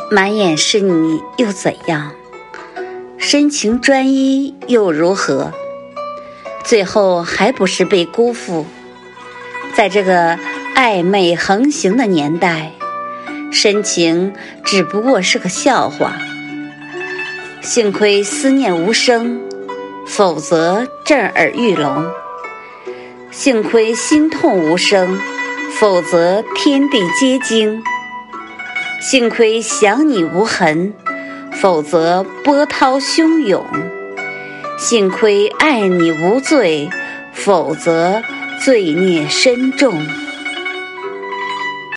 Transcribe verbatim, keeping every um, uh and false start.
满眼是你又怎样？深情专一又如何？最后还不是被辜负。在这个暧昧横行的年代，深情只不过是个笑话。幸亏思念无声，否则震耳欲聋；幸亏心痛无声，否则天地皆惊；幸亏想你无痕，否则波涛汹涌；幸亏爱你无罪，否则罪孽深重。